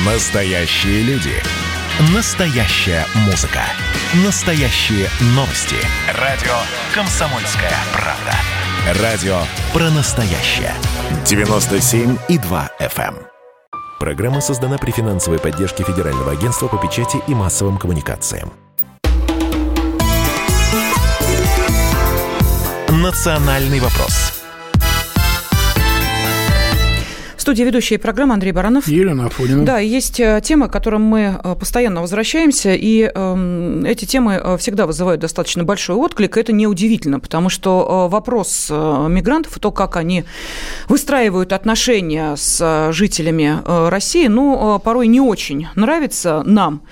Настоящие люди. Настоящая музыка. Настоящие новости. Радио «Комсомольская правда». Радио про настоящее. 97,2 FM. Программа создана при финансовой поддержке Федерального агентства по печати и массовым коммуникациям. «Национальный вопрос». В студии ведущая программы Андрей Баранов. Елена Афонина. Да, есть темы, к которым мы постоянно возвращаемся, и эти темы всегда вызывают достаточно большой отклик. Это неудивительно, потому что вопрос мигрантов и то, как они выстраивают отношения с жителями России, порой не очень нравится нам.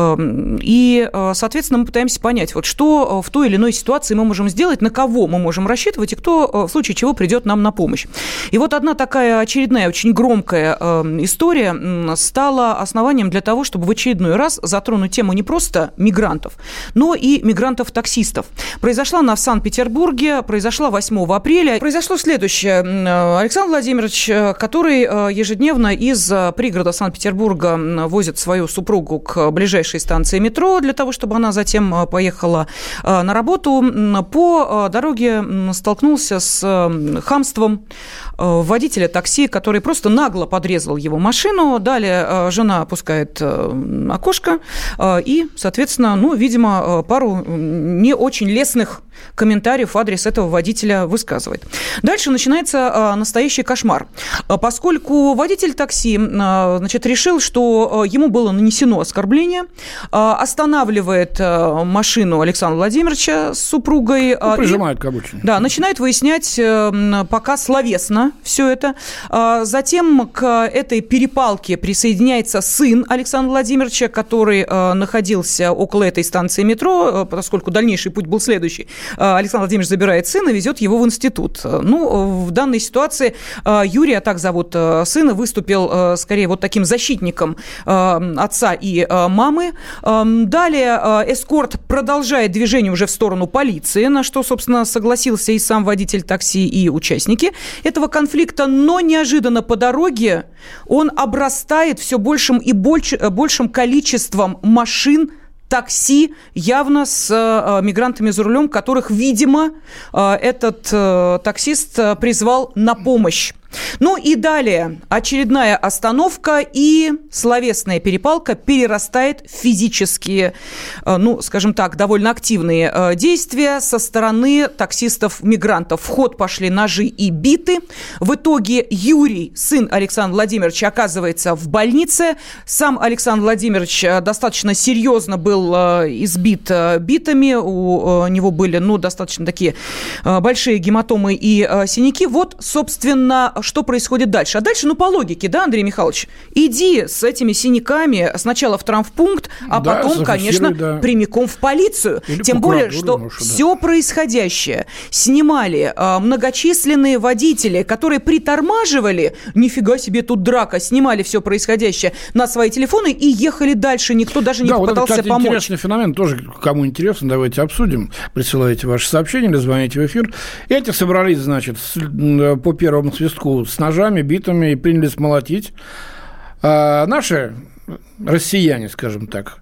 И, соответственно, мы пытаемся понять, вот что в той или иной ситуации мы можем сделать, на кого мы можем рассчитывать, и кто в случае чего придет нам на помощь. И вот одна такая очередная, очень громкая история стала основанием для того, чтобы в очередной раз затронуть тему не просто мигрантов, но и мигрантов-таксистов. Произошла она в Санкт-Петербурге, произошла 8 апреля. Произошло следующее. Александр Владимирович, который ежедневно из пригорода Санкт-Петербурга возит свою супругу к ближайшей станции метро для того, чтобы она затем поехала на работу, по дороге столкнулся с хамством водителя такси, который просто нагло подрезал его машину. Далее жена опускает окошко и, соответственно, видимо, пару не очень лестных комментариев в адрес этого водителя высказывает. Дальше начинается настоящий кошмар. Поскольку водитель такси, решил, что ему было нанесено оскорбление, останавливает машину Александра Владимировича с супругой. Прижимает к обочине. Да, начинает выяснять пока словесно все это. Затем к этой перепалке присоединяется сын Александра Владимировича, который находился около этой станции метро, поскольку дальнейший путь был следующий. Александр Владимирович забирает сына, везет его в институт. В данной ситуации Юрий, а так зовут сына, выступил скорее вот таким защитником отца и мамы. Далее эскорт продолжает движение уже в сторону полиции, на что, собственно, согласился и сам водитель такси, и участники этого конфликта, но неожиданно по дороге он обрастает все большим и большим количеством машин, такси, явно с мигрантами за рулем, которых, видимо, этот таксист призвал на помощь. И далее очередная остановка, и словесная перепалка перерастает в физические, скажем так, довольно активные действия со стороны таксистов-мигрантов. В ход пошли ножи и биты. В итоге Юрий, сын Александра Владимировича, оказывается в больнице. Сам Александр Владимирович достаточно серьезно был избит битами. У него были, достаточно такие большие гематомы и синяки. Вот, собственно, что происходит дальше. А дальше, по логике, да, Андрей Михайлович, иди с этими синяками сначала в травмпункт, а потом, конечно, прямиком в полицию. Или тем более, что все происходящее снимали многочисленные водители, которые притормаживали, нифига себе, тут драка, снимали все происходящее на свои телефоны и ехали дальше. Никто даже не попытался это, кстати, помочь. Интересный феномен, тоже, кому интересно, давайте обсудим. Присылайте ваши сообщения или звоните в эфир. Эти собрались, по первому свистку с ножами, битами и принялись молотить. Наши россияне, скажем так,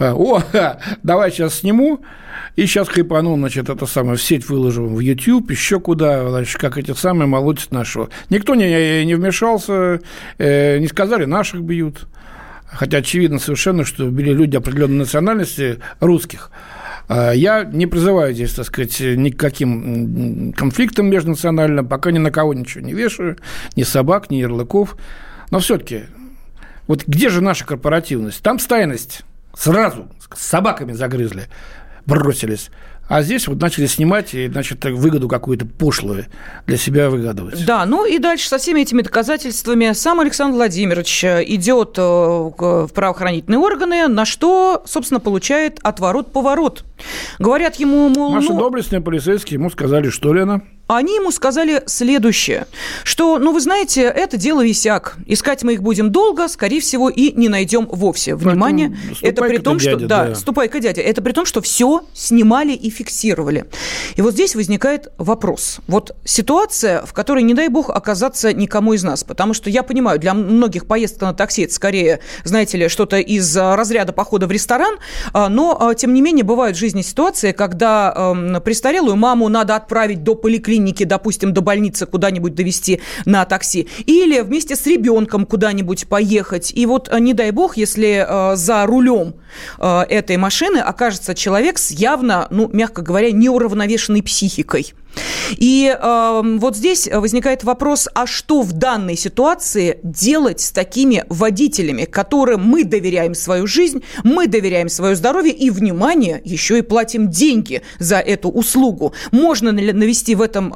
давай сейчас сниму, и сейчас хайпану, в сеть выложу, в YouTube, еще куда, как эти самые молотят нашего. Никто не вмешался, не сказали, наших бьют. Хотя очевидно совершенно, что били люди определенной национальности, русских. Я не призываю здесь, ни к каким конфликтам межнациональным, пока ни на кого ничего не вешаю, ни собак, ни ярлыков. Но все-таки, вот где же наша корпоративность? Там стайность. Сразу с собаками загрызли, бросились. А здесь начали снимать и, выгоду какую-то пошлую для себя выгадывать. Да, и дальше со всеми этими доказательствами сам Александр Владимирович идет в правоохранительные органы, на что, собственно, получает отворот-поворот. Говорят ему, Наши доблестные полицейские ему сказали, что, Лена? Они ему сказали следующее, что, вы знаете, это дело висяк. Искать мы их будем долго, скорее всего, и не найдем вовсе. Внимание, это при том, что... Да, ступай-ка, дядя. Это при том, что все снимали и фиксировали. И вот здесь возникает вопрос. Вот ситуация, в которой, не дай бог, оказаться никому из нас. Потому что я понимаю, для многих поездка на такси – это скорее, знаете ли, что-то из разряда похода в ресторан. Но, тем не менее, бывают в жизни ситуации, когда престарелую маму надо отправить до поликлиники, допустим, до больницы куда-нибудь довести на такси. Или вместе с ребенком куда-нибудь поехать. И вот, не дай бог, если за рулем этой машины окажется человек с явно, мягко говоря, неуравновешенной психикой. И вот здесь возникает вопрос, а что в данной ситуации делать с такими водителями, которым мы доверяем свою жизнь, мы доверяем свое здоровье и, внимание, еще и платим деньги за эту услугу? Можно ли навести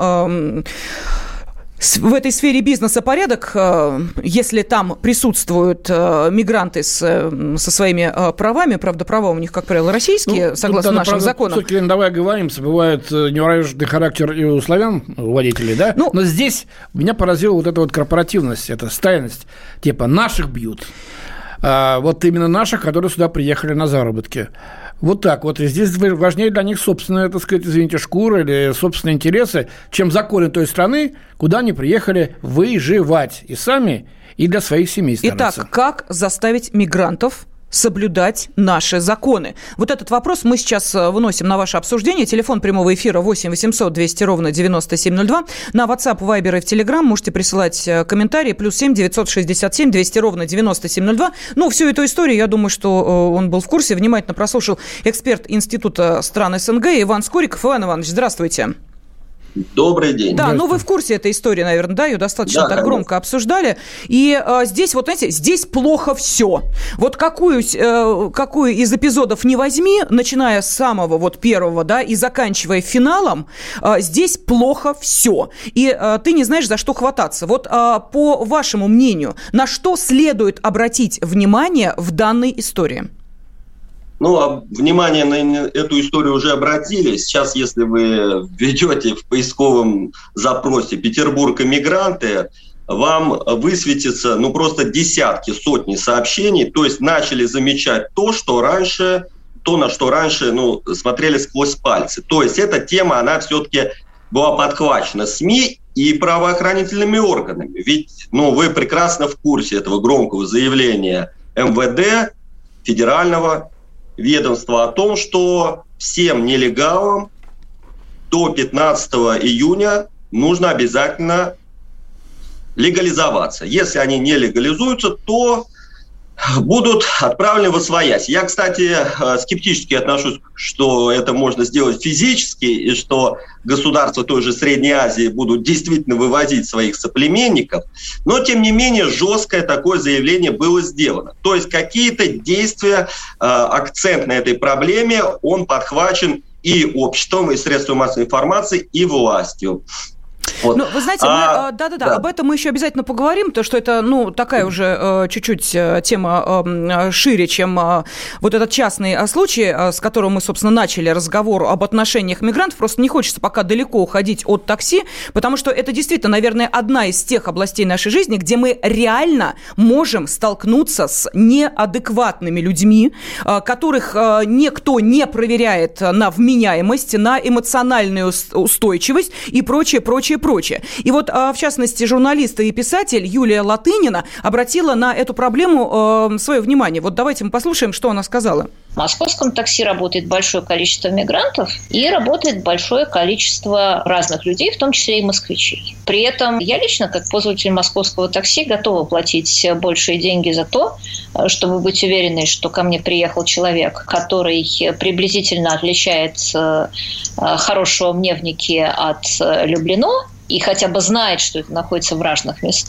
в этой сфере бизнеса порядок, если там присутствуют мигранты со своими правами, правда, права у них, как правило, российские, согласно нашим законам. Все-таки, давай оговоримся, бывает неуравновешенный характер и у славян, у водителей, да? Но здесь меня поразила вот эта вот корпоративность, эта стайность, типа наших бьют. Вот именно наших, которые сюда приехали на заработки. Вот так вот. И здесь важнее для них собственная, так сказать, извините, шкура или собственные интересы, чем законы той страны, куда они приехали выживать и сами, и для своих семей стараться. Итак, как заставить мигрантов соблюдать наши законы? Вот этот вопрос мы сейчас выносим на ваше обсуждение. Телефон прямого эфира 8 800 200 ровно 9702. На WhatsApp, Viber и в Telegram можете присылать комментарии. +7 967 200 ровно 9702. Всю эту историю, я думаю, что он был в курсе. Внимательно прослушал эксперт Института стран СНГ Иван Скориков. Иван Иванович, здравствуйте. Добрый день. Да, вы в курсе этой истории, наверное, да? Ее достаточно так громко обсуждали. И здесь, знаете, здесь плохо все. Вот какую из эпизодов не возьми, начиная с самого первого, да, и заканчивая финалом, здесь плохо все. И ты не знаешь, за что хвататься. Вот по вашему мнению, на что следует обратить внимание в данной истории? Внимание на эту историю уже обратили. Сейчас, если вы введете в поисковом запросе «Петербург иммигранты», вам высветится просто десятки, сотни сообщений. То есть начали замечать то, на что раньше смотрели сквозь пальцы. То есть эта тема, она все-таки была подхвачена СМИ и правоохранительными органами. Ведь вы прекрасно в курсе этого громкого заявления МВД, федерального ведомства, о том, что всем нелегалам до 15 июня нужно обязательно легализоваться. Если они не легализуются, то будут отправлены восвоясь. Я, кстати, скептически отношусь, что это можно сделать физически, и что государства той же Средней Азии будут действительно вывозить своих соплеменников. Но, тем не менее, жесткое такое заявление было сделано. То есть какие-то действия, акцент на этой проблеме, он подхвачен и обществом, и средством массовой информации, и властью. Вот. Вы знаете, об этом мы еще обязательно поговорим, потому что это, такая уже чуть-чуть тема шире, чем вот этот частный случай, с которым мы, собственно, начали разговор об отношениях мигрантов. Просто не хочется пока далеко уходить от такси, потому что это действительно, наверное, одна из тех областей нашей жизни, где мы реально можем столкнуться с неадекватными людьми, которых никто не проверяет на вменяемость, на эмоциональную устойчивость и прочее. И вот, в частности, журналист и писатель Юлия Латынина обратила на эту проблему свое внимание. Вот давайте мы послушаем, что она сказала. В московском такси работает большое количество мигрантов и работает большое количество разных людей, в том числе и москвичей. При этом я лично, как пользователь московского такси, готова платить большие деньги за то, чтобы быть уверенной, что ко мне приехал человек, который приблизительно отличается хорошего мне в Нике от Люблино, и хотя бы знает, что это находится в разных местах.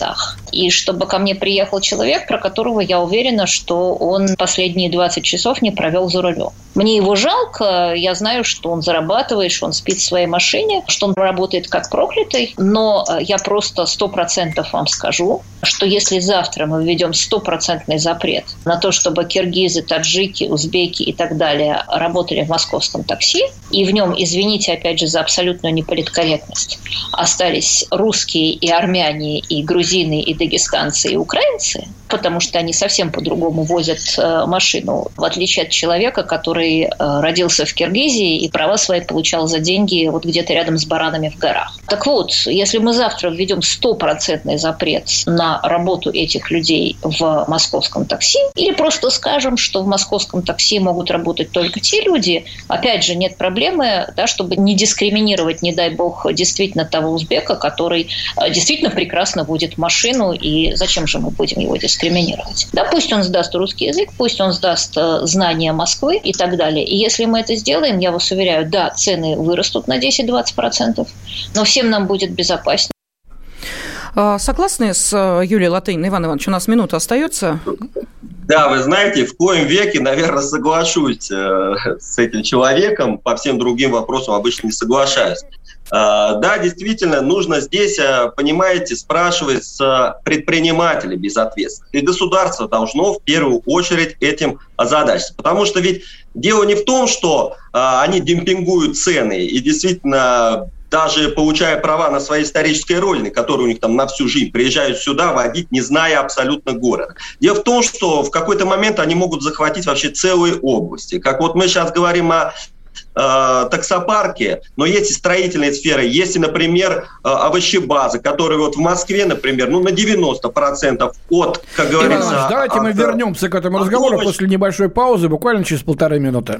и чтобы ко мне приехал человек, про которого я уверена, что он последние 20 часов не провел за рулем. Мне его жалко, я знаю, что он зарабатывает, что он спит в своей машине, что он работает как проклятый, но я просто 100% вам скажу, что если завтра мы введем 100% запрет на то, чтобы киргизы, таджики, узбеки и так далее работали в московском такси, и в нем, извините, опять же, за абсолютную неполиткорректность, остались русские и армяне, и грузины, и дагестанцы, и украинцы, потому что они совсем по-другому возят машину, в отличие от человека, который родился в Киргизии и права свои получал за деньги вот где-то рядом с баранами в горах. Так вот, если мы завтра введем 100% запрет на работу этих людей в московском такси, или просто скажем, что в московском такси могут работать только те люди, опять же, нет проблемы, да, чтобы не дискриминировать, не дай бог, действительно того узбека, который действительно прекрасно водит машину, и зачем же мы будем его дискриминировать? Да, пусть он сдаст русский язык, пусть он сдаст знания Москвы и так далее. И если мы это сделаем, я вас уверяю, да, цены вырастут на 10-20%, но всем нам будет безопаснее. Согласны с Юлией Латыниной? Иван Иванович, у нас минута остается. Да, вы знаете, в коем веке, наверное, соглашусь с этим человеком, по всем другим вопросам обычно не соглашаюсь. Да, действительно, нужно здесь, понимаете, спрашивать с предпринимателей безответственных. И государство должно в первую очередь этим озадачиться. Потому что ведь дело не в том, что они демпингуют цены и действительно, даже получая права на своей исторической родине, которые у них там на всю жизнь, приезжают сюда водить, не зная абсолютно города. Дело в том, что в какой-то момент они могут захватить вообще целые области. Как вот мы сейчас говорим о таксопарке, но есть и строительные сферы, есть и, например, овощебазы, которые вот в Москве, например, на 90% от, как говорится... Иван, давайте мы вернемся к этому разговору после небольшой паузы, буквально через 1,5 минуты.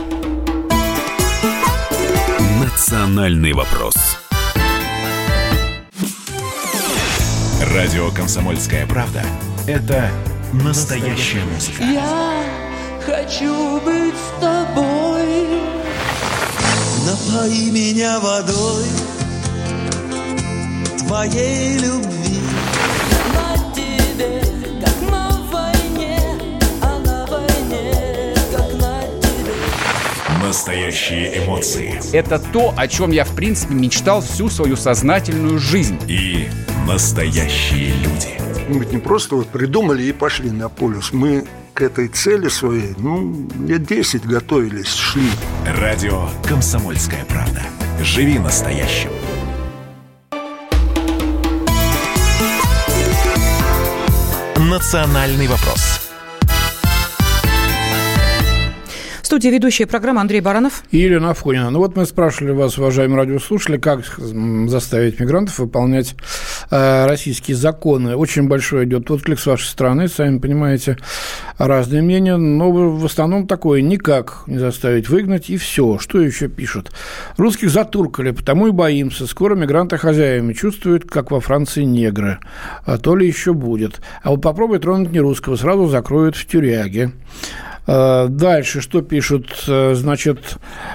Национальный вопрос. Радио «Комсомольская правда» — это настоящая музыка. Я хочу быть с тобой. Напои меня водой твоей любви. На тебе, как на войне, а на войне, как на тебе. Настоящие эмоции. Это то, о чем я, в принципе, мечтал всю свою сознательную жизнь. И настоящие люди. Мы ведь не просто вот придумали и пошли на полюс. Мы к этой цели своей, лет 10 готовились, шли. Радио «Комсомольская правда». Живи настоящим. Национальный вопрос. В студии ведущая программы Андрей Баранов и Елена Афонина. Вот мы спрашивали вас, уважаемые радиослушатели, как заставить мигрантов выполнять российские законы. Очень большой идет отклик с вашей стороны, сами понимаете, разные мнения, но в основном такое: никак не заставить выгнать, и все. Что еще пишут? Русских затуркали, потому и боимся. Скоро мигранты хозяевами чувствуют, как во Франции негры. А то ли еще будет. А вот попробуй тронуть нерусского, сразу закроют в тюряге. Дальше, что пишут, значит,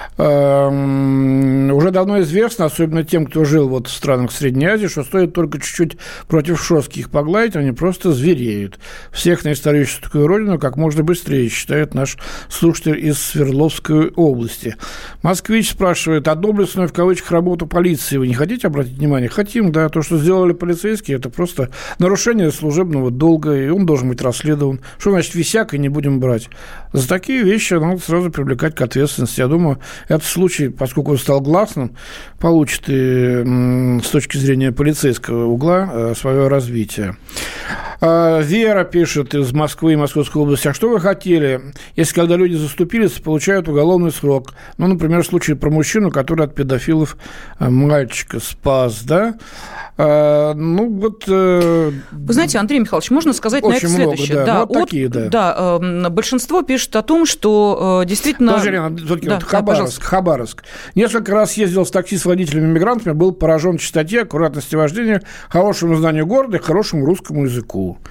уже давно известно, особенно тем, кто жил вот в странах Средней Азии, что стоит только чуть-чуть против шостки их погладить, они просто звереют. Всех на историческую родину как можно быстрее, считает наш слушатель из Свердловской области. Москвич спрашивает: а доблестную в кавычках работу полиции вы не хотите обратить внимание? Хотим, да. То, что сделали полицейские, это просто нарушение служебного долга, и он должен быть расследован. Что значит висяк, и не будем брать? За такие вещи надо сразу привлекать к ответственности. Я думаю, этот случай, поскольку он стал гласным, получит и с точки зрения полицейского угла свое развитие. Вера пишет из Москвы и Московской области: а что вы хотели, если когда люди заступились, получают уголовный срок? Например, в случае про мужчину, который от педофилов мальчика спас, да? Вы знаете, Андрей Михайлович, можно сказать на это следующее. Да, такие, да. Большинство пишет о том, что действительно... Хабаровск. Несколько раз ездил в такси с водителями-мигрантами, был поражен чистоте, аккуратности вождения, хорошему знанию города и хорошему русскому языку.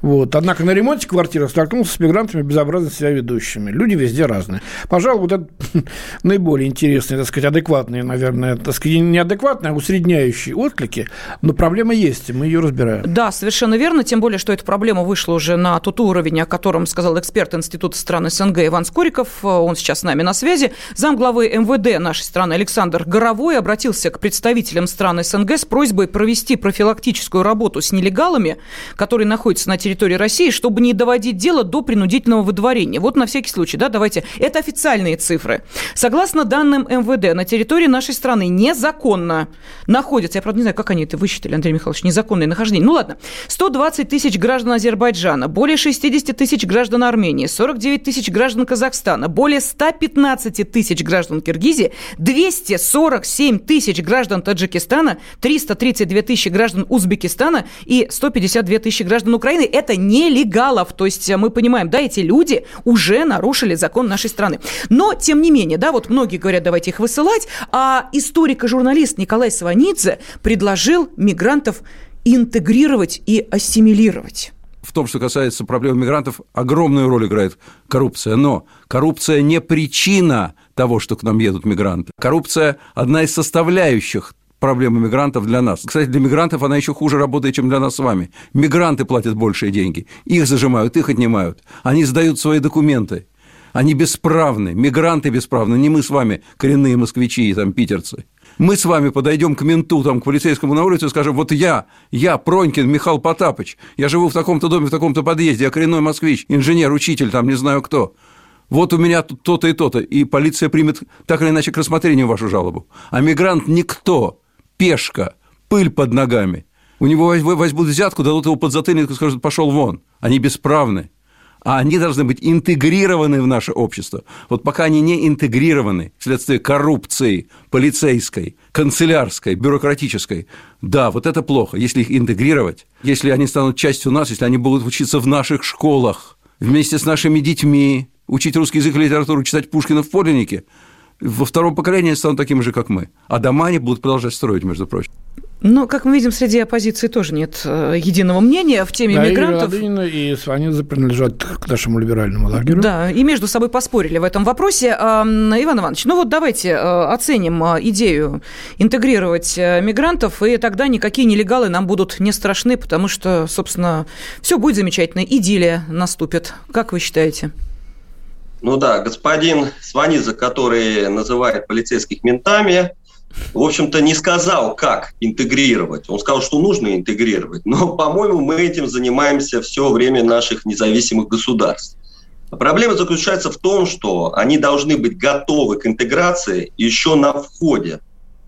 Вот. Однако на ремонте квартиры столкнулся с мигрантами, безобразно себя ведущими. Люди везде разные. Пожалуй, вот это наиболее интересные, так сказать, адекватные, наверное, так сказать, не адекватные, а усредняющие отклики. Но проблема есть, и мы ее разбираем. Да, совершенно верно. Тем более, что эта проблема вышла уже на тот уровень, о котором сказал эксперт Института стран СНГ Иван Скориков. Он сейчас с нами на связи. Замглавы МВД нашей страны Александр Горовой обратился к представителям стран СНГ с просьбой провести профилактическую работу с нелегалами, которые находятся на территории России, чтобы не доводить дело до принудительного выдворения. Вот на всякий случай, да, давайте. Это официальные цифры. Согласно данным МВД, на территории нашей страны незаконно находятся, я, правда, не знаю, как они это высчитали, Андрей Михайлович, незаконное нахождение. Ну, ладно. 120 тысяч граждан Азербайджана, более 60 тысяч граждан Армении, 49 тысяч граждан Казахстана, более 115 тысяч граждан Киргизии, 247 тысяч граждан Таджикистана, 332 тысячи граждан Узбекистана и 152 тысячи граждан Украины. Это нелегалов. То есть мы понимаем, да, эти люди уже нарушили закон нашей страны. Но, тем не менее, да, вот многие говорят, давайте их высылать, а историк и журналист Николай Сванидзе предложил мигрантов интегрировать и ассимилировать. В том, что касается проблемы мигрантов, огромную роль играет коррупция. Но коррупция не причина того, что к нам едут мигранты. Коррупция – одна из составляющих проблемы мигрантов для нас. Кстати, для мигрантов она еще хуже работает, чем для нас с вами. Мигранты платят большие деньги. Их зажимают, их отнимают. Они сдают свои документы. Они бесправны. Мигранты бесправны. Не мы с вами, коренные москвичи и там, питерцы. Мы с вами подойдем к менту, там, к полицейскому на улице и скажем, вот я, Пронькин Михаил Потапыч, я живу в таком-то доме, в таком-то подъезде, я коренной москвич, инженер, учитель, там, не знаю кто. Вот у меня тут то-то и то-то, и полиция примет так или иначе к рассмотрению вашу жалобу. А мигрант никто, пешка, пыль под ногами. У него возьмут взятку, дадут его подзатыльник и скажут, пошел вон. Они бесправны. А они должны быть интегрированы в наше общество. Вот пока они не интегрированы вследствие коррупции полицейской, канцелярской, бюрократической, да, вот это плохо. Если их интегрировать, если они станут частью нас, если они будут учиться в наших школах, вместе с нашими детьми, учить русский язык и литературу, читать Пушкина в подлиннике, во втором поколении они станут такими же, как мы. А дома они будут продолжать строить, между прочим. Но, как мы видим, среди оппозиции тоже нет единого мнения в теме мигрантов. Да, Ильина и Сванидзе принадлежат к нашему либеральному лагерю. Да, и между собой поспорили в этом вопросе. Иван Иванович, ну вот давайте оценим идею интегрировать мигрантов, и тогда никакие нелегалы нам будут не страшны, потому что, собственно, все будет замечательно, идиллия наступит. Как вы считаете? Ну да, господин Сванидзе, который называет полицейских ментами, в общем-то, не сказал, как интегрировать. Он сказал, что нужно интегрировать. Но, по-моему, мы этим занимаемся все время наших независимых государств. Проблема заключается в том, что они должны быть готовы к интеграции еще на входе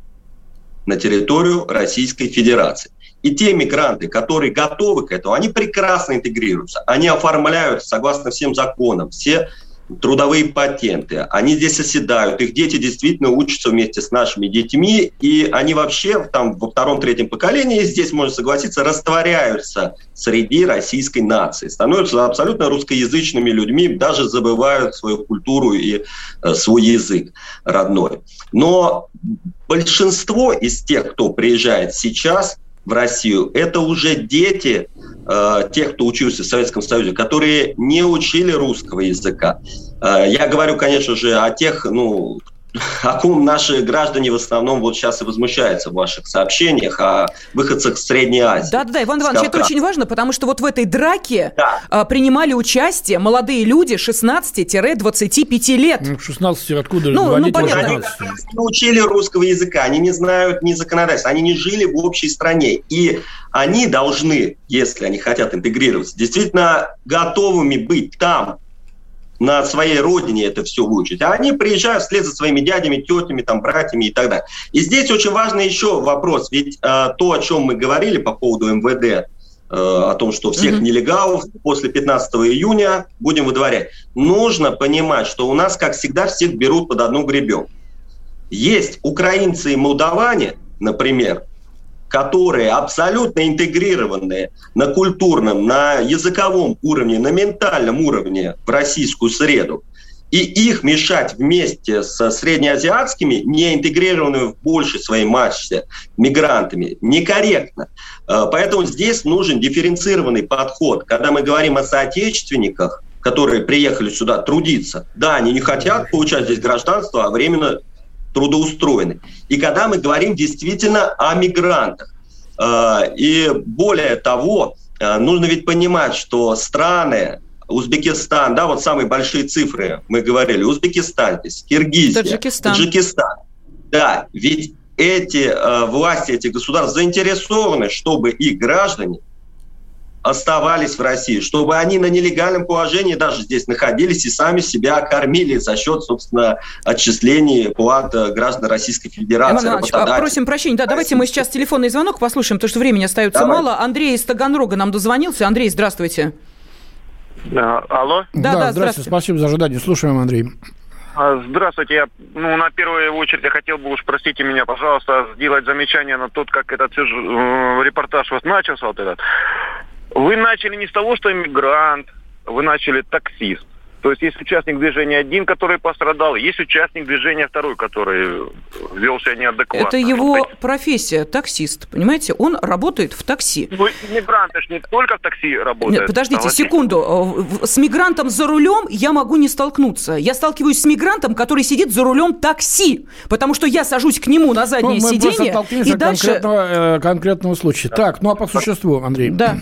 на территорию Российской Федерации. И те мигранты, которые готовы к этому, они прекрасно интегрируются. Они оформляют, согласно всем законам, все трудовые патенты, они здесь оседают, их дети действительно учатся вместе с нашими детьми, и они вообще там во втором-третьем поколении, здесь, можно согласиться, растворяются среди российской нации, становятся абсолютно русскоязычными людьми, даже забывают свою культуру и свой язык родной. Но большинство из тех, кто приезжает сейчас в Россию, это уже дети тех, кто учился в Советском Союзе, которые не учили русского языка. Я говорю, конечно же, о тех, о ком наши граждане в основном вот сейчас и возмущаются в ваших сообщениях, о выходцах из Средней Азии. Да, Иван Иванович, это очень важно, потому что вот в этой драке принимали участие молодые люди 16-25 лет. 16 откуда? Понятно. Они не учили русского языка, они не знают ни законодательства, они не жили в общей стране. И они должны, если они хотят интегрироваться, действительно готовыми быть там, на своей родине это все выучить. А они приезжают вслед за своими дядями, тетями, там, братьями и так далее. И здесь очень важный еще вопрос. Ведь то, о чем мы говорили по поводу МВД, о том, что всех нелегалов после 15 июня будем выдворять. Нужно понимать, что у нас, как всегда, всех берут под одну гребенку. Есть украинцы и молдаване, например, которые абсолютно интегрированные на культурном, на языковом уровне, на ментальном уровне в российскую среду. и их мешать вместе с среднеазиатскими, не интегрированными в большей своей массе мигрантами, некорректно. Поэтому здесь нужен дифференцированный подход. Когда мы говорим о соотечественниках, которые приехали сюда трудиться, да, они не хотят получать здесь гражданство, а временно трудоустроены. И когда мы говорим действительно о мигрантах. И более того, нужно ведь понимать, что страны, Узбекистан, да, вот самые большие цифры, мы говорили, Узбекистан, здесь, Киргизия, Таджикистан. Да, ведь эти власти, эти государства заинтересованы, чтобы их граждане оставались в России, чтобы они на нелегальном положении даже здесь находились и сами себя кормили за счет, собственно, отчислений плат граждан Российской Федерации. Иван Иванович, просим прощения. Да, давайте мы сейчас телефонный звонок послушаем, потому что времени остается мало. Андрей из Таганрога нам дозвонился. Андрей, здравствуйте. Алло? Да, здравствуйте. Спасибо за ожидание. Слушаем, Андрей. Здравствуйте. Я, на первую очередь я хотел бы, уж простите меня, пожалуйста, сделать замечание на тот, как этот репортаж вот начался, вот этот. Вы начали не с того, что иммигрант, вы начали таксист. То есть есть участник движения один, который пострадал, есть участник движения второй, который вел себя неадекватно. Это его профессия, таксист, понимаете? Он работает в такси. Ну, мигранты же не только в такси работают. Нет, подождите секунду. С мигрантом за рулем я могу не столкнуться. Я сталкиваюсь с мигрантом, который сидит за рулем такси, потому что я сажусь к нему на заднее сиденье. И дальше... конкретного случая. Так, а по существу, Андрей. Да.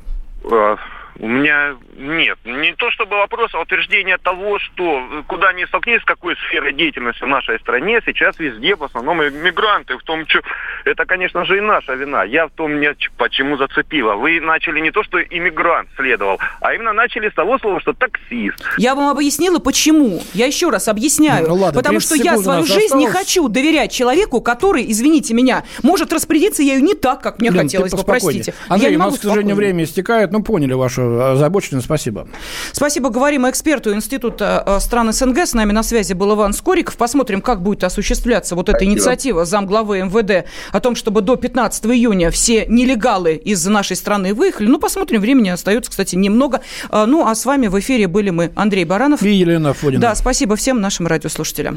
У меня нет. Не то чтобы вопрос, а утверждение того, что куда ни столкнись, с какой сферой деятельности в нашей стране, сейчас везде в основном мигранты. В том, что это, конечно же, и наша вина. Я в том, почему зацепила. Вы начали не то, что иммигрант следовал, а именно начали с того слова, что таксист. Я вам объяснила, почему. Я еще раз объясняю. Ладно, потому что я свою жизнь не хочу доверять человеку, который, извините меня, может распорядиться ею не так, как мне хотелось бы. Простите. Андрей, у нас, к сожалению, время истекает. Поняли вашу озабоченность. Спасибо. Спасибо. Говорим эксперту Института стран СНГ. С нами на связи был Иван Скориков. Посмотрим, как будет осуществляться вот эта инициатива замглавы МВД о том, чтобы до 15 июня все нелегалы из нашей страны выехали. Посмотрим. Времени остается, кстати, немного. А с вами в эфире были мы, Андрей Баранов и Елена Афонина. Да, спасибо всем нашим радиослушателям.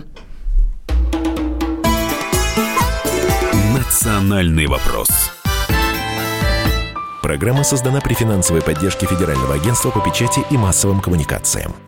Национальный вопрос. Программа создана при финансовой поддержке Федерального агентства по печати и массовым коммуникациям.